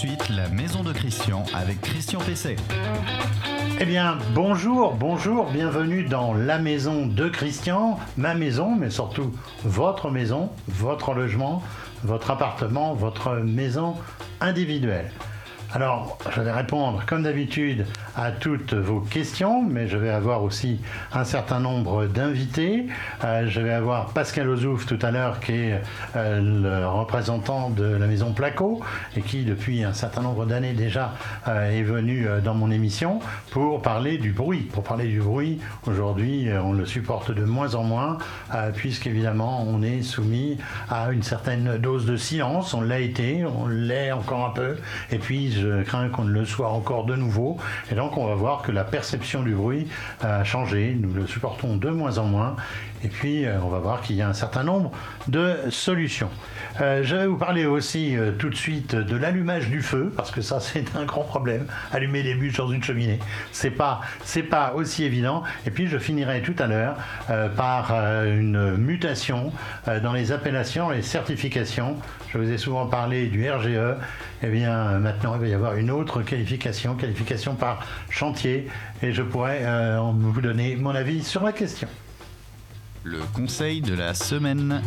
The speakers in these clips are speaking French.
suite la maison de Christian avec Christian Pesset. Eh bien, bonjour, bienvenue dans la maison de Christian, ma maison, mais surtout votre maison, votre logement, votre appartement, votre maison individuelle. Alors, je vais répondre comme d'habitude à toutes vos questions, mais je vais avoir aussi un certain nombre d'invités. Je vais avoir Pascal Ozouf tout à l'heure, qui est le représentant de la maison Placo et qui, depuis un certain nombre d'années déjà, est venu dans mon émission pour parler du bruit. Pour parler du bruit, aujourd'hui, on le supporte de moins en moins, puisqu'évidemment, on est soumis à une certaine dose de silence. On l'a été, on l'est encore un peu, et puis je crains qu'on ne le soit encore de nouveau. Et donc, on va voir que la perception du bruit a changé. Nous le supportons de moins en moins. Et puis, on va voir qu'il y a un certain nombre de solutions. Je vais vous parler aussi tout de suite de l'allumage du feu, parce que ça, c'est un grand problème. Allumer des bûches dans une cheminée, c'est pas aussi évident. Et puis, je finirai tout à l'heure par une mutation dans les appellations, les certifications. Je vous ai souvent parlé du RGE. Eh bien, maintenant, il va y avoir une autre qualification par chantier. Et je pourrais vous donner mon avis sur la question. Le conseil de la semaine.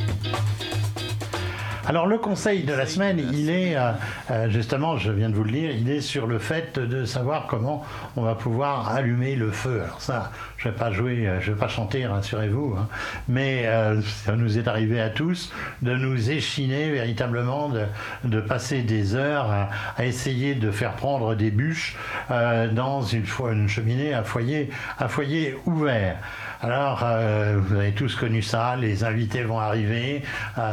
Alors le conseil de la semaine, il est, justement, je viens de vous le lire, il est sur le fait de savoir comment on va pouvoir allumer le feu. Alors ça, je vais pas chanter, rassurez-vous, hein, mais ça nous est arrivé à tous de nous échiner véritablement, de passer des heures à essayer de faire prendre des bûches dans une cheminée à foyer ouvert. Alors, vous avez tous connu ça, les invités vont arriver,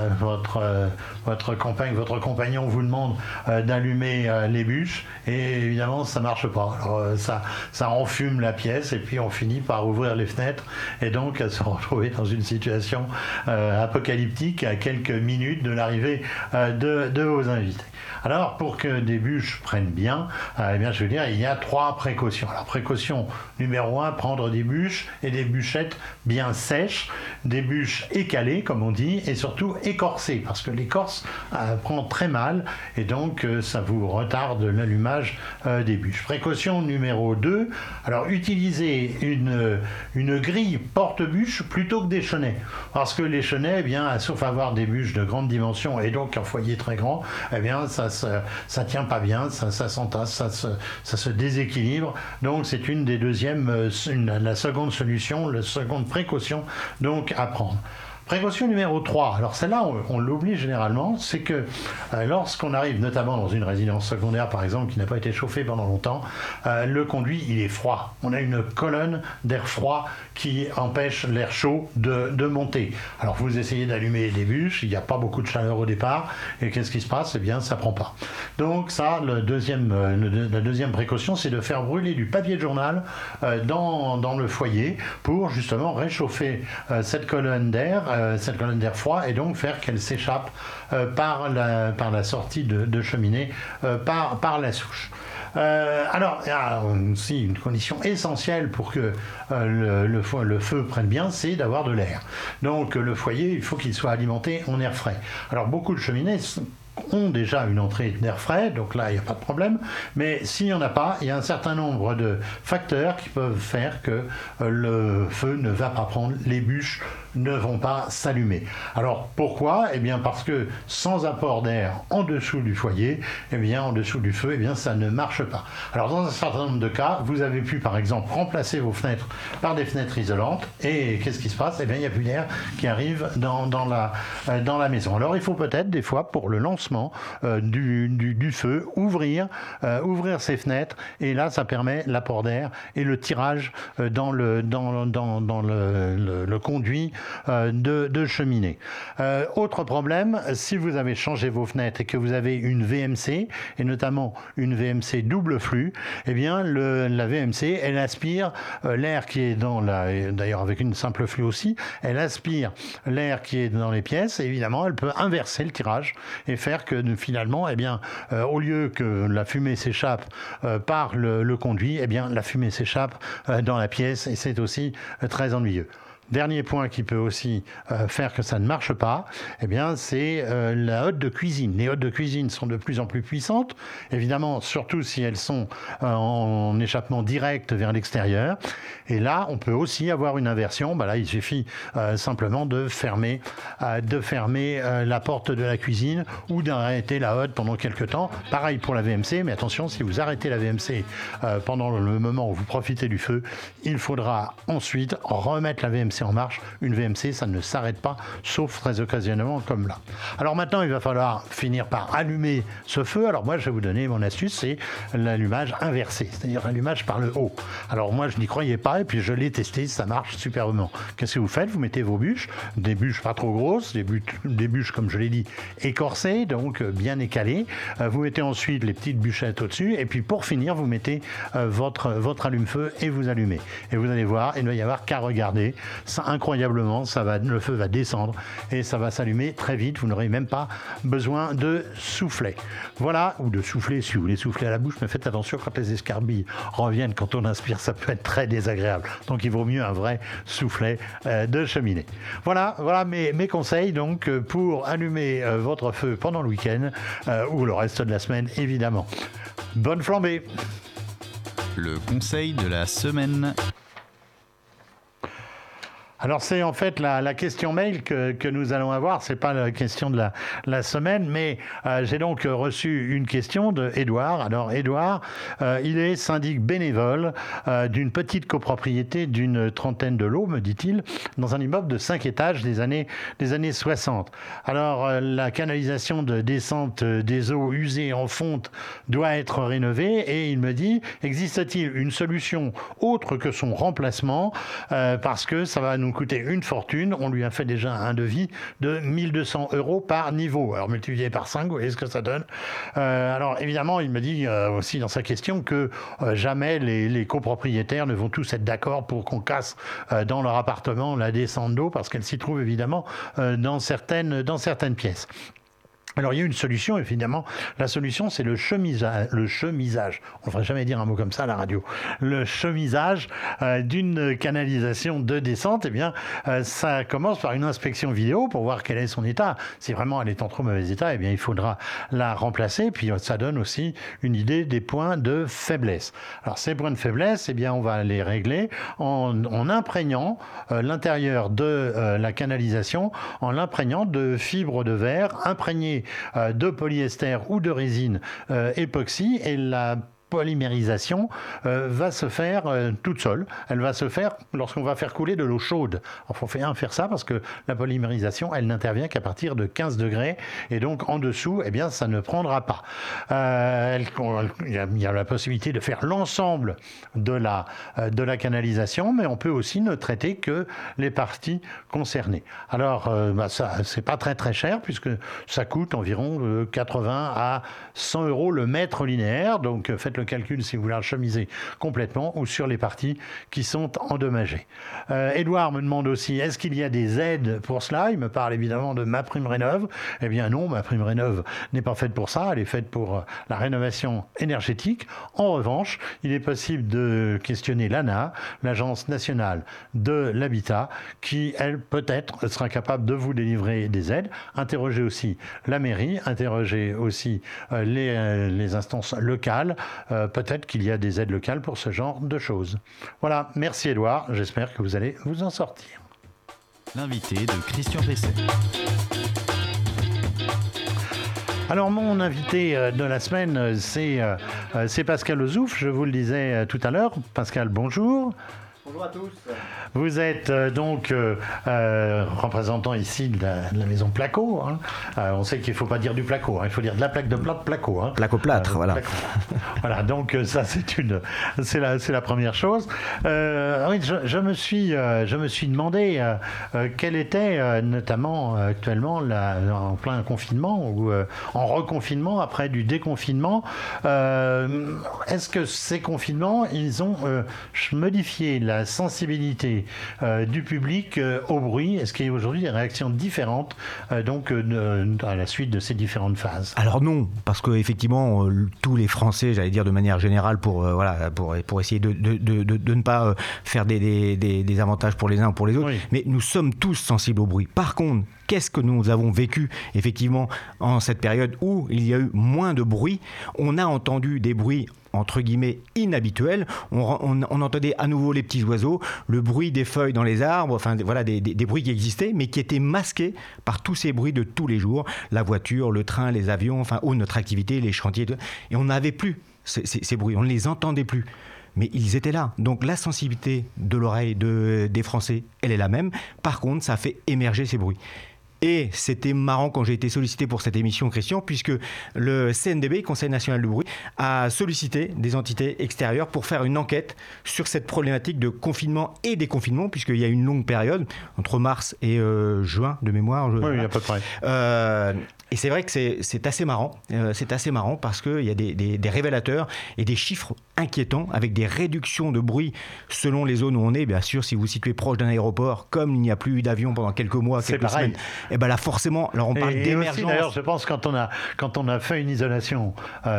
votre compagne, votre compagnon vous demande d'allumer les bûches, et évidemment, ça marche pas. Alors, ça enfume la pièce, et puis on finit par ouvrir les fenêtres, et donc à se retrouver dans une situation apocalyptique à quelques minutes de l'arrivée de vos invités. Alors, pour que des bûches prennent bien, eh bien, je veux dire, il y a 3 précautions. Alors, précaution numéro 1, prendre des bûches et des bûchettes bien sèches, des bûches écalées, comme on dit, et surtout écorcées, parce que l'écorce prend très mal, et donc ça vous retarde l'allumage des bûches. Précaution numéro 2, alors, utilisez une grille porte-bûche plutôt que des chenets, parce que les chenets, eh bien, sauf avoir des bûches de grande dimension, et donc un foyer très grand, eh bien, ça tient pas bien, ça s'entasse, ça se déséquilibre. Donc c'est la seconde solution, la seconde précaution donc à prendre. Précaution numéro 3, alors celle-là on l'oublie généralement, c'est que lorsqu'on arrive notamment dans une résidence secondaire par exemple qui n'a pas été chauffée pendant longtemps, le conduit il est froid. On a une colonne d'air froid qui empêche l'air chaud de monter. Alors vous essayez d'allumer des bûches, il n'y a pas beaucoup de chaleur au départ, et qu'est-ce qui se passe? Eh bien ça prend pas. Donc ça, la deuxième précaution, c'est de faire brûler du papier de journal dans le foyer pour justement réchauffer cette colonne d'air froid, et donc faire qu'elle s'échappe par la sortie de cheminée par la souche. Alors, il y a aussi une condition essentielle pour que le feu prenne bien, c'est d'avoir de l'air. Donc le foyer, il faut qu'il soit alimenté en air frais. Alors beaucoup de cheminées ont déjà une entrée d'air frais, donc là il n'y a pas de problème, mais s'il n'y en a pas, il y a un certain nombre de facteurs qui peuvent faire que le feu ne va pas prendre, les bûches ne vont pas s'allumer. Alors pourquoi? Eh bien parce que sans apport d'air en dessous du foyer, eh bien en dessous du feu, eh bien ça ne marche pas. Alors dans un certain nombre de cas, vous avez pu par exemple remplacer vos fenêtres par des fenêtres isolantes, et qu'est-ce qui se passe? Eh bien il n'y a plus d'air qui arrive dans la maison. Alors il faut peut-être des fois pour le lancement du feu ouvrir ces fenêtres, et là ça permet l'apport d'air et le tirage dans le conduit de cheminée. Autre problème, si vous avez changé vos fenêtres et que vous avez une VMC, et notamment une VMC double flux, eh bien la VMC, elle aspire l'air qui est d'ailleurs avec une simple flux aussi, elle aspire l'air qui est dans les pièces, et évidemment elle peut inverser le tirage et faire que finalement, eh bien, au lieu que la fumée s'échappe par le conduit, eh bien la fumée s'échappe dans la pièce, et c'est aussi très ennuyeux. Dernier point qui peut aussi faire que ça ne marche pas, eh bien, c'est la hotte de cuisine. Les hottes de cuisine sont de plus en plus puissantes, évidemment, surtout si elles sont en échappement direct vers l'extérieur. Et là, on peut aussi avoir une inversion. Là, il suffit simplement de fermer la porte de la cuisine ou d'arrêter la hotte pendant quelques temps. Pareil pour la VMC, mais attention, si vous arrêtez la VMC pendant le moment où vous profitez du feu, il faudra ensuite remettre la VMC en marche. Une VMC, ça ne s'arrête pas, sauf très occasionnellement comme là. Alors maintenant, il va falloir finir par allumer ce feu. Alors moi, je vais vous donner mon astuce, c'est l'allumage inversé, c'est-à-dire l'allumage par le haut. Alors moi, je n'y croyais pas et puis je l'ai testé, ça marche superbement. Qu'est-ce que vous faites? Vous mettez vos bûches, des bûches pas trop grosses, des bûches, comme je l'ai dit, écorcées, donc bien écalées. Vous mettez ensuite les petites bûchettes au-dessus et puis pour finir, vous mettez votre allume-feu et vous allumez. Et vous allez voir, il ne va y avoir qu'à regarder. Ça, incroyablement, le feu va descendre et ça va s'allumer très vite. Vous n'aurez même pas besoin de souffler. Voilà, ou de souffler si vous voulez souffler à la bouche, mais faites attention quand les escarbilles reviennent, quand on inspire, ça peut être très désagréable. Donc il vaut mieux un vrai soufflet de cheminée. Voilà mes conseils donc pour allumer votre feu pendant le week-end ou le reste de la semaine évidemment. Bonne flambée! Le conseil de la semaine. Alors c'est en fait la question mail que nous allons avoir, c'est pas la question de la semaine, mais j'ai donc reçu une question de Édouard. Alors Édouard, il est syndic bénévole d'une petite copropriété d'une trentaine de lots, me dit-il, dans un immeuble de 5 étages des années 60. Alors la canalisation de descente des eaux usées en fonte doit être rénovée et il me dit, existe-t-il une solution autre que son remplacement parce que ça va nous coûter une fortune. On lui a fait déjà un devis de 1 200 € par niveau. Alors multiplié par 5, vous voyez ce que ça donne. Alors évidemment, il me dit aussi dans sa question que jamais les copropriétaires ne vont tous être d'accord pour qu'on casse dans leur appartement la descente d'eau parce qu'elle s'y trouve évidemment dans certaines pièces. Alors il y a une solution, évidemment. La solution, c'est le chemisage. On ne devrait jamais dire un mot comme ça à la radio. Le chemisage d'une canalisation de descente, eh bien, ça commence par une inspection vidéo pour voir quel est son état. Si vraiment elle est en trop mauvais état, eh bien, il faudra la remplacer. Puis ça donne aussi une idée des points de faiblesse. Alors ces points de faiblesse, eh bien, on va les régler en imprégnant l'intérieur de la canalisation, en l'imprégnant de fibres de verre imprégnées de polyester ou de résine époxy et la polymérisation va se faire toute seule. Elle va se faire lorsqu'on va faire couler de l'eau chaude. Il faut faire ça parce que la polymérisation, elle n'intervient qu'à partir de 15 degrés et donc en dessous, eh bien, ça ne prendra pas. Il y a la possibilité de faire l'ensemble de la canalisation, mais on peut aussi ne traiter que les parties concernées. Alors, ça, c'est pas très très cher puisque ça coûte environ 80 à 100 € le mètre linéaire. Donc, faites le calcul si vous voulez la chemiser complètement ou sur les parties qui sont endommagées. Édouard me demande aussi, est-ce qu'il y a des aides pour cela? Il me parle évidemment de MaPrimeRénov'. Eh bien non, MaPrimeRénov' n'est pas faite pour ça, elle est faite pour la rénovation énergétique. En revanche, il est possible de questionner l'ANA, l'Agence nationale de l'habitat, qui, elle, peut-être sera capable de vous délivrer des aides. Interrogez aussi la mairie, interrogez aussi les instances locales. Peut-être qu'il y a des aides locales pour ce genre de choses. Voilà, merci Édouard, j'espère que vous allez vous en sortir. L'invité de Christian Pesset. Alors mon invité de la semaine, c'est Pascal Ozouf, je vous le disais tout à l'heure. Pascal, bonjour. Bonjour à tous. Vous êtes donc représentant ici de la maison Placo. Hein. On sait qu'il ne faut pas dire du placo, hein. Il faut dire de la plaque de plâtre Placo. Hein. Placo-plâtre, voilà. Placo. Voilà, donc ça c'est la première chose. Oui, je me suis demandé quel était notamment actuellement en plein confinement ou en reconfinement après du déconfinement. Est-ce que ces confinements, ils ont modifié la la sensibilité du public au bruit? Est-ce qu'il y a aujourd'hui des réactions différentes à la suite de ces différentes phases? Alors non, parce qu'effectivement, tous les Français, j'allais dire de manière générale, pour essayer de ne pas faire des avantages pour les uns ou pour les autres, oui. Mais nous sommes tous sensibles au bruit. Par contre, qu'est-ce que nous avons vécu effectivement en cette période où il y a eu moins de bruit? On a entendu des bruits entre guillemets inhabituels, on entendait à nouveau les petits oiseaux, le bruit des feuilles dans les arbres, enfin voilà des bruits qui existaient mais qui étaient masqués par tous ces bruits de tous les jours, la voiture, le train, les avions, enfin notre activité, les chantiers, et on n'avait plus ces bruits, on ne les entendait plus. Mais ils étaient là. Donc la sensibilité de l'oreille des Français, elle est la même. Par contre, ça a fait émerger ces bruits. Et c'était marrant quand j'ai été sollicité pour cette émission, Christian, puisque le CNDB, Conseil national du bruit, a sollicité des entités extérieures pour faire une enquête sur cette problématique de confinement et déconfinement, puisqu'il y a une longue période, entre mars et juin de mémoire. Oui, à peu près. Et c'est vrai que c'est assez marrant. C'est assez marrant parce qu'il y a des révélateurs et des chiffres inquiétants avec des réductions de bruit selon les zones où on est. Bien sûr, si vous vous situez proche d'un aéroport, comme il n'y a plus eu d'avion pendant quelques mois, quelques semaines, et ben là forcément, alors on parle d'émergence. Aussi, d'ailleurs, je pense quand on a fait une isolation,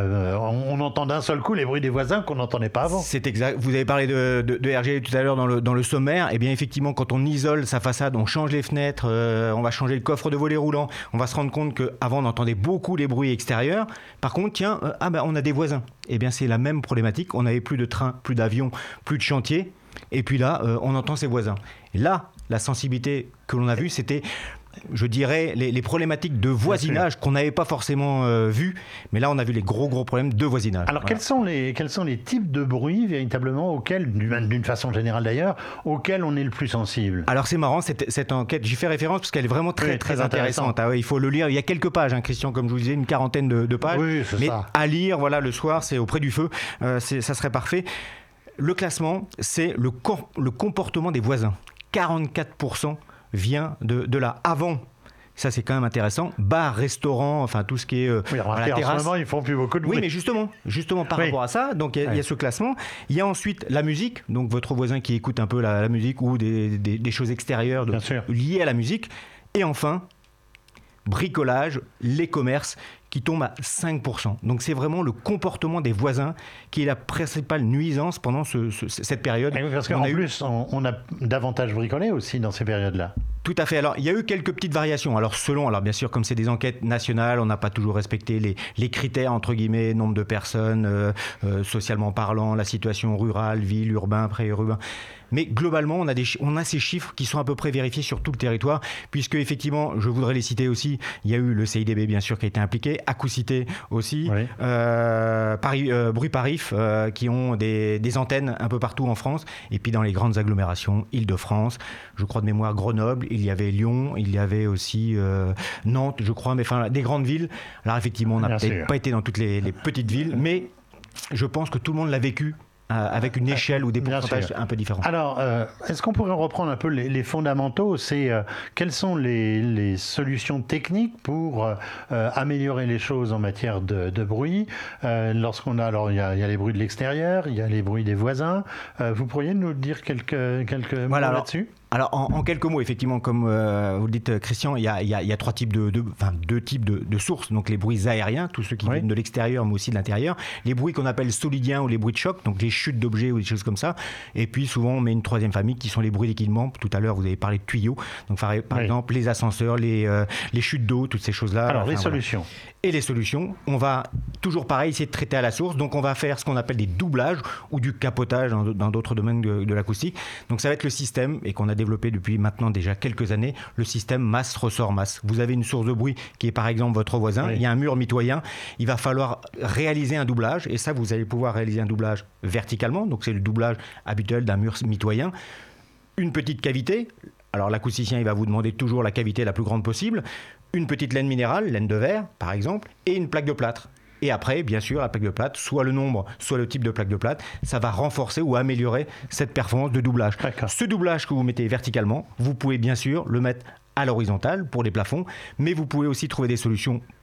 on entend d'un seul coup les bruits des voisins qu'on n'entendait pas avant. C'est exact. Vous avez parlé de RG tout à l'heure dans le sommaire. Et bien effectivement, quand on isole sa façade, on change les fenêtres, on va changer le coffre de volet roulant, on va se rendre compte qu'avant on entendait beaucoup les bruits extérieurs. Par contre, tiens, on a des voisins. Eh bien c'est la même problématique. On n'avait plus de train, plus d'avions, plus de chantier. Et puis là, on entend ses voisins. Et là, la sensibilité que l'on a vue, c'était, je dirais, les problématiques de voisinage qu'on n'avait pas forcément vues. Mais là, on a vu les gros problèmes de voisinage. Alors, quels sont les types de bruits, véritablement, auxquels, d'une façon générale d'ailleurs, auxquels on est le plus sensible? Alors, c'est marrant, cette enquête, j'y fais référence parce qu'elle est vraiment très intéressante. Ah ouais, il faut le lire. Il y a quelques pages, hein, Christian, comme je vous disais, une quarantaine de pages. Oui, c'est ça. À lire, voilà, le soir, c'est auprès du feu. Ça serait parfait. Le classement, c'est le comportement des voisins. 44% vient de là. Avant, ça c'est quand même intéressant, bar, restaurant, enfin tout ce qui est la terrasse. En ce moment, ils font plus beaucoup de bruit. Oui, mais justement par rapport à ça, donc il y a ce classement. Il y a ensuite la musique, donc votre voisin qui écoute un peu la musique ou des choses extérieures liées à la musique. Et enfin, bricolage, les commerces qui tombent à 5%. Donc c'est vraiment le comportement des voisins qui est la principale nuisance pendant cette période. Et parce qu'en plus, on a davantage bricolé aussi dans ces périodes-là. Tout à fait. Alors, il y a eu quelques petites variations. Alors bien sûr, comme c'est des enquêtes nationales, on n'a pas toujours respecté les critères, entre guillemets, nombre de personnes, socialement parlant, la situation rurale, ville, urbain, pré-urbain. Mais globalement, on a ces chiffres qui sont à peu près vérifiés sur tout le territoire, puisque effectivement, je voudrais les citer aussi. Il y a eu le CIDB, bien sûr, qui a été impliqué, Acousité aussi, oui. Bruit Parif, qui ont des antennes un peu partout en France, et puis dans les grandes agglomérations, Île-de-France, je crois de mémoire Grenoble, il y avait Lyon, il y avait aussi Nantes, je crois, mais enfin des grandes villes. Alors effectivement, on n'a peut-être pas été dans toutes les petites villes, mais je pense que tout le monde l'a vécu avec une échelle ou des pourcentages un peu différents. Alors, est-ce qu'on pourrait reprendre un peu les fondamentaux? C'est quelles sont les solutions techniques pour améliorer les choses en matière de bruit? Lorsqu'on a, alors il y a les bruits de l'extérieur, il y a les bruits des voisins. Vous pourriez nous dire quelques mots là-dessus? Alors, en quelques mots, effectivement, comme vous le dites, Christian, il y a deux types de sources. Donc, les bruits aériens, tous ceux qui viennent de l'extérieur, mais aussi de l'intérieur. Les bruits qu'on appelle solidiens ou les bruits de choc, donc les chutes d'objets ou des choses comme ça. Et puis, souvent, on met une troisième famille qui sont les bruits d'équipement. Tout à l'heure, vous avez parlé de tuyaux. Donc, par exemple, les ascenseurs, les chutes d'eau, toutes ces choses-là. Alors, les solutions. Et les solutions, on va toujours pareil essayer de traiter à la source. Donc, on va faire ce qu'on appelle des doublages ou du capotage dans d'autres domaines de l'acoustique. Donc, ça va être le système et qu'on a développé depuis maintenant déjà quelques années, le système masse-ressort-masse. Vous avez une source de bruit qui est par exemple votre voisin, il y a un mur mitoyen, il va falloir réaliser un doublage, et ça vous allez pouvoir réaliser un doublage verticalement, donc c'est le doublage habituel d'un mur mitoyen. Une petite cavité, alors l'acousticien il va vous demander toujours la cavité la plus grande possible, une petite laine minérale, laine de verre par exemple, et une plaque de plâtre. Et après, bien sûr, la plaque de plâtre, soit le nombre, soit le type de plaque de plâtre, ça va renforcer ou améliorer cette performance de doublage. D'accord. Ce doublage que vous mettez verticalement, vous pouvez bien sûr le mettre à l'horizontale pour les plafonds, mais vous pouvez aussi trouver des solutions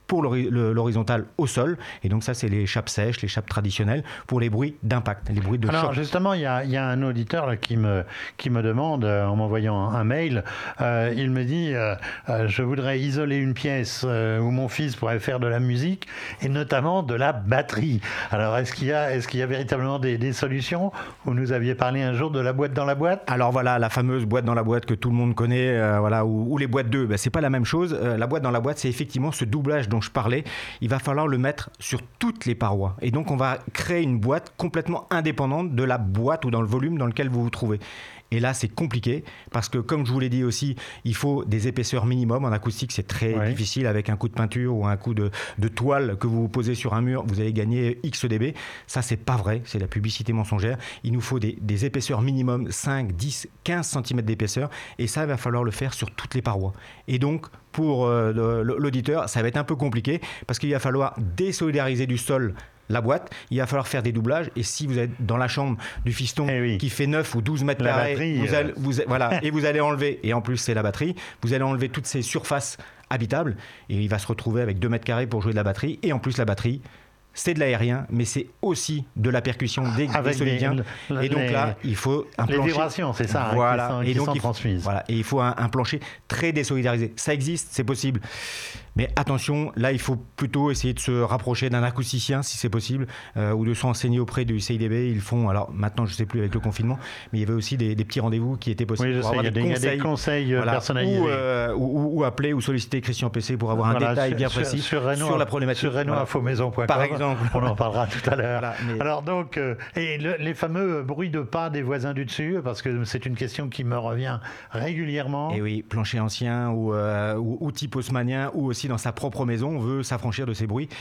pour l'horizontal au sol. Et donc ça, c'est les chapes sèches, les chapes traditionnelles pour les bruits d'impact, les bruits de choc. Alors justement, il y a un auditeur là, qui me demande, en m'envoyant un mail, il me dit je voudrais isoler une pièce où mon fils pourrait faire de la musique et notamment de la batterie. Alors est-ce qu'il y a véritablement des solutions? Vous nous aviez parlé un jour de la boîte dans la boîte. Alors voilà, la fameuse boîte dans la boîte que tout le monde connaît, ou les boîtes 2, c'est pas la même chose. La boîte dans la boîte, c'est effectivement ce doublage dont je parlais. Il va falloir le mettre sur toutes les parois. Et donc, on va créer une boîte complètement indépendante de la boîte ou dans le volume dans lequel vous vous trouvez. Et là, c'est compliqué parce que, comme je vous l'ai dit aussi, il faut des épaisseurs minimum. En acoustique, c'est très difficile. Avec un coup de peinture ou un coup de toile que vous posez sur un mur, vous allez gagner X dB. Ça, c'est pas vrai. C'est la publicité mensongère. Il nous faut des épaisseurs minimum 5, 10, 15 cm d'épaisseur. Et ça, il va falloir le faire sur toutes les parois. Et donc, pour l'auditeur, ça va être un peu compliqué parce qu'il va falloir désolidariser du sol la boîte, il va falloir faire des doublages, et si vous êtes dans la chambre du fiston qui fait 9 ou 12 mètres carrés, et vous allez enlever, et en plus c'est la batterie, vous allez enlever toutes ces surfaces habitables, et il va se retrouver avec 2 mètres carrés pour jouer de la batterie, et en plus la batterie, c'est de l'aérien, mais c'est aussi de la percussion des solidiens. Et donc là, il faut un plancher. Les vibrations, c'est ça, qui sont transmises. Voilà, et il faut un plancher très désolidarisé. Ça existe, c'est possible. Mais attention, là, il faut plutôt essayer de se rapprocher d'un acousticien, si c'est possible, ou de s'enseigner auprès du CIDB. Ils font, alors maintenant, je ne sais plus avec le confinement, mais il y avait aussi des petits rendez-vous qui étaient possibles. Oui, pour avoir il y a des conseils personnalisés. Ou appeler ou solliciter Christian PC pour avoir un détail bien précis sur la problématique. Sur Renault-Infomaison.com. Par exemple. On en parlera tout à l'heure. Alors donc, les fameux bruits de pas des voisins du dessus, parce que c'est une question qui me revient régulièrement. Et oui, plancher ancien ou type haussmannien, ou aussi dans sa propre maison, on veut s'affranchir de ces bruits.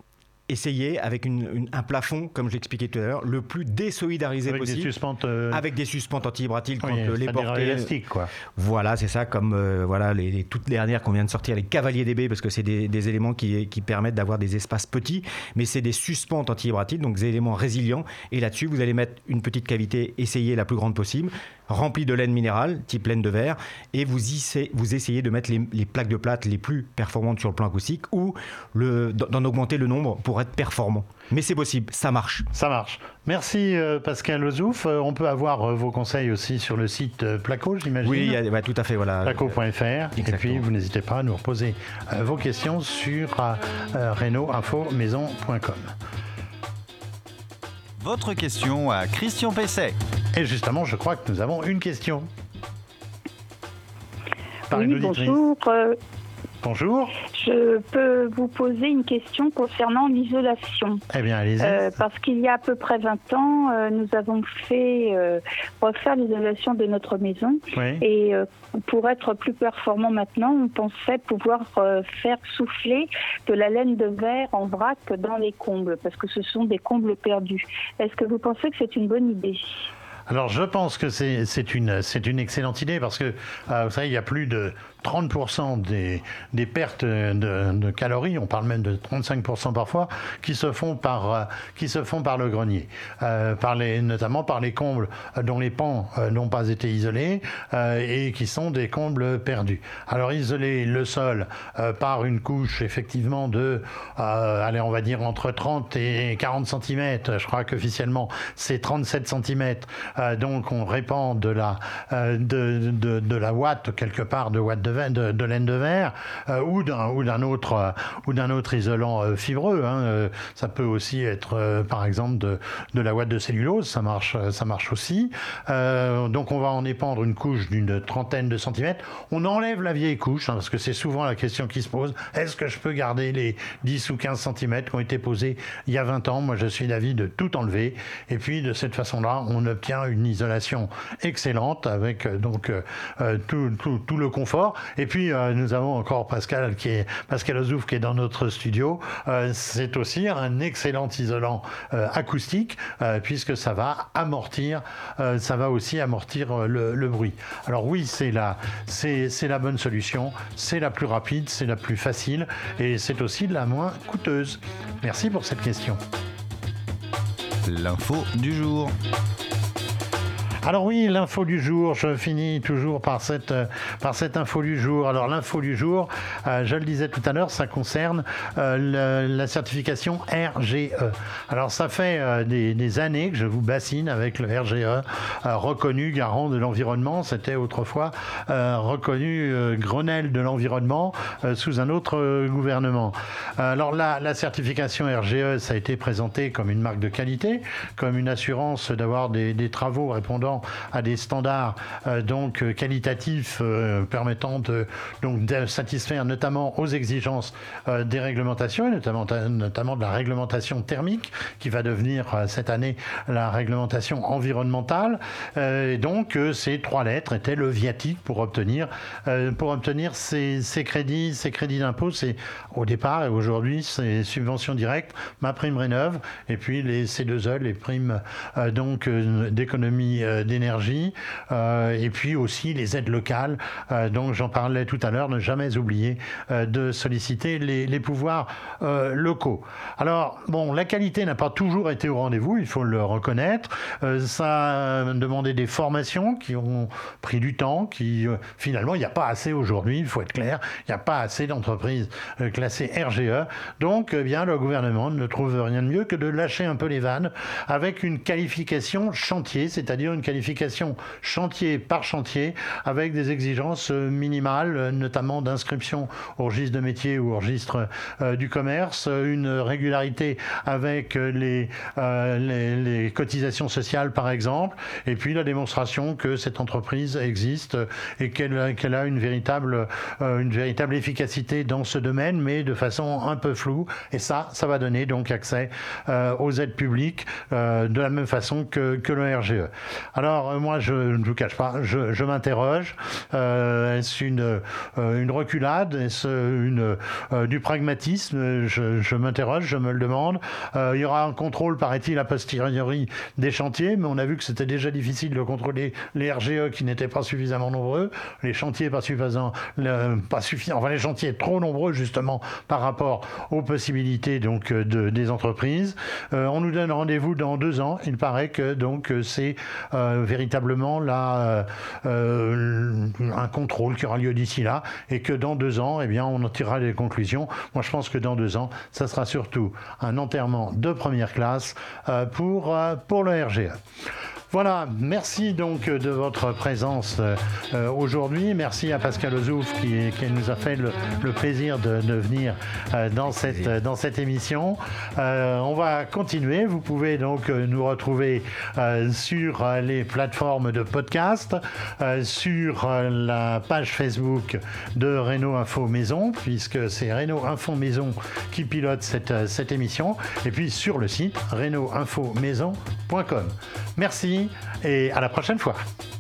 Essayez avec un plafond, comme j'expliquais tout à l'heure, le plus désolidarisé possible. Avec des suspentes anti-vibratiles contre les portées. Élastiques, quoi. Voilà, c'est ça, comme les toutes dernières qu'on vient de sortir, les Cavaliers DB, parce que c'est des éléments qui permettent d'avoir des espaces petits, mais c'est des suspentes anti-vibratiles, donc des éléments résilients. Et là-dessus, vous allez mettre une petite cavité, essayez la plus grande possible, remplie de laine minérale, type laine de verre, et vous essayez de mettre les plaques de plâtre les plus performantes sur le plan acoustique, ou d'en augmenter le nombre pour être performant. Mais c'est possible, ça marche. Ça marche. Merci Pascal Ozouf. On peut avoir vos conseils aussi sur le site Placo, j'imagine. Oui, tout à fait. Voilà. Placo.fr. Et puis vous n'hésitez pas à nous reposer vos questions sur Renault-Infomaison.com. Votre question à Christian Pesset. Et justement, je crois que nous avons une question. Bonjour. Bonjour. Je peux vous poser une question concernant l'isolation. Eh bien, allez-y. Parce qu'il y a à peu près 20 ans, nous avons fait refaire l'isolation de notre maison. Oui. Et pour être plus performant maintenant, on pensait pouvoir faire souffler de la laine de verre en vrac dans les combles, parce que ce sont des combles perdus. Est-ce que vous pensez que c'est une bonne idée ? Alors, je pense que c'est une excellente idée, parce que, vous savez, il y a plus de 30% des pertes de calories, on parle même de 35% parfois, qui se font par le grenier, notamment par les combles dont les pans n'ont pas été isolés et qui sont des combles perdus. Alors isoler le sol par une couche effectivement de, on va dire entre 30 et 40 cm, je crois qu'officiellement c'est 37 cm, donc on répand de la ouate quelque part, de ouate de laine de verre ou d'un autre isolant fibreux. Ça peut aussi être par exemple de la ouate de cellulose, ça marche aussi. Donc on va en épandre une couche d'une trentaine de centimètres. On enlève la vieille couche, parce que c'est souvent la question qui se pose. Est-ce que je peux garder les 10 ou 15 centimètres qui ont été posés il y a 20 ans? Moi je suis d'avis de tout enlever, et puis de cette façon-là on obtient une isolation excellente avec tout le confort. Et puis nous avons encore Pascal Ozouf qui est dans notre studio. C'est aussi un excellent isolant acoustique puisque ça va aussi amortir le bruit. Alors oui, c'est la bonne solution, c'est la plus rapide, c'est la plus facile et c'est aussi la moins coûteuse. Merci pour cette question. L'info du jour. Alors oui, l'info du jour, je finis toujours par cette info du jour. Alors l'info du jour, je le disais tout à l'heure, ça concerne la certification RGE. Alors ça fait des années que je vous bassine avec le RGE, reconnu garant de l'environnement. C'était autrefois reconnu Grenelle de l'environnement sous un autre gouvernement. Alors la certification RGE, ça a été présenté comme une marque de qualité, comme une assurance d'avoir des travaux répondant à des standards qualitatifs permettant de satisfaire notamment aux exigences des réglementations, et notamment de la réglementation thermique qui va devenir cette année la réglementation environnementale. Et donc ces 3 lettres étaient le viatique pour obtenir ces crédits d'impôt. C'est au départ et aujourd'hui c'est subventions directes, ma prime rénov, et puis les C2E, les primes d'économie d'énergie, et puis aussi les aides locales. Donc j'en parlais tout à l'heure, ne jamais oublier de solliciter les pouvoirs locaux. Alors bon, la qualité n'a pas toujours été au rendez-vous, il faut le reconnaître. Ça a demandé des formations qui ont pris du temps, finalement il n'y a pas assez aujourd'hui, il faut être clair, il n'y a pas assez d'entreprises classées RGE. Donc bien le gouvernement ne trouve rien de mieux que de lâcher un peu les vannes avec une qualification chantier, c'est-à-dire une qualification chantier par chantier avec des exigences minimales, notamment d'inscription au registre de métier ou au registre du commerce, une régularité avec les cotisations sociales par exemple, et puis la démonstration que cette entreprise existe et qu'elle a une véritable efficacité dans ce domaine, mais de façon un peu floue, et ça va donner donc accès aux aides publiques de la même façon que le RGE. Alors moi je ne vous cache pas, je m'interroge, est-ce une reculade, est-ce du pragmatisme? Je m'interroge, je me le demande. Il y aura un contrôle, paraît-il, a posteriori des chantiers, mais on a vu que c'était déjà difficile de contrôler les RGE qui n'étaient pas suffisamment nombreux, les chantiers pas suffisants, les chantiers trop nombreux justement par rapport aux possibilités des entreprises. On nous donne rendez-vous dans 2 ans. Il paraît que c'est véritablement là un contrôle qui aura lieu d'ici là, et que dans 2 ans, on en tirera des conclusions. Moi, je pense que dans 2 ans, ça sera surtout un enterrement de première classe pour le RGE. Voilà, merci donc de votre présence aujourd'hui. Merci à Pascal Ozouf qui nous a fait le plaisir de venir dans cette émission. On va continuer. Vous pouvez donc nous retrouver sur les plateformes de podcast, sur la page Facebook de Renault Info Maison, puisque c'est Renault Info Maison qui pilote cette émission, et puis sur le site renaultinfomaison.com. Merci et à la prochaine fois.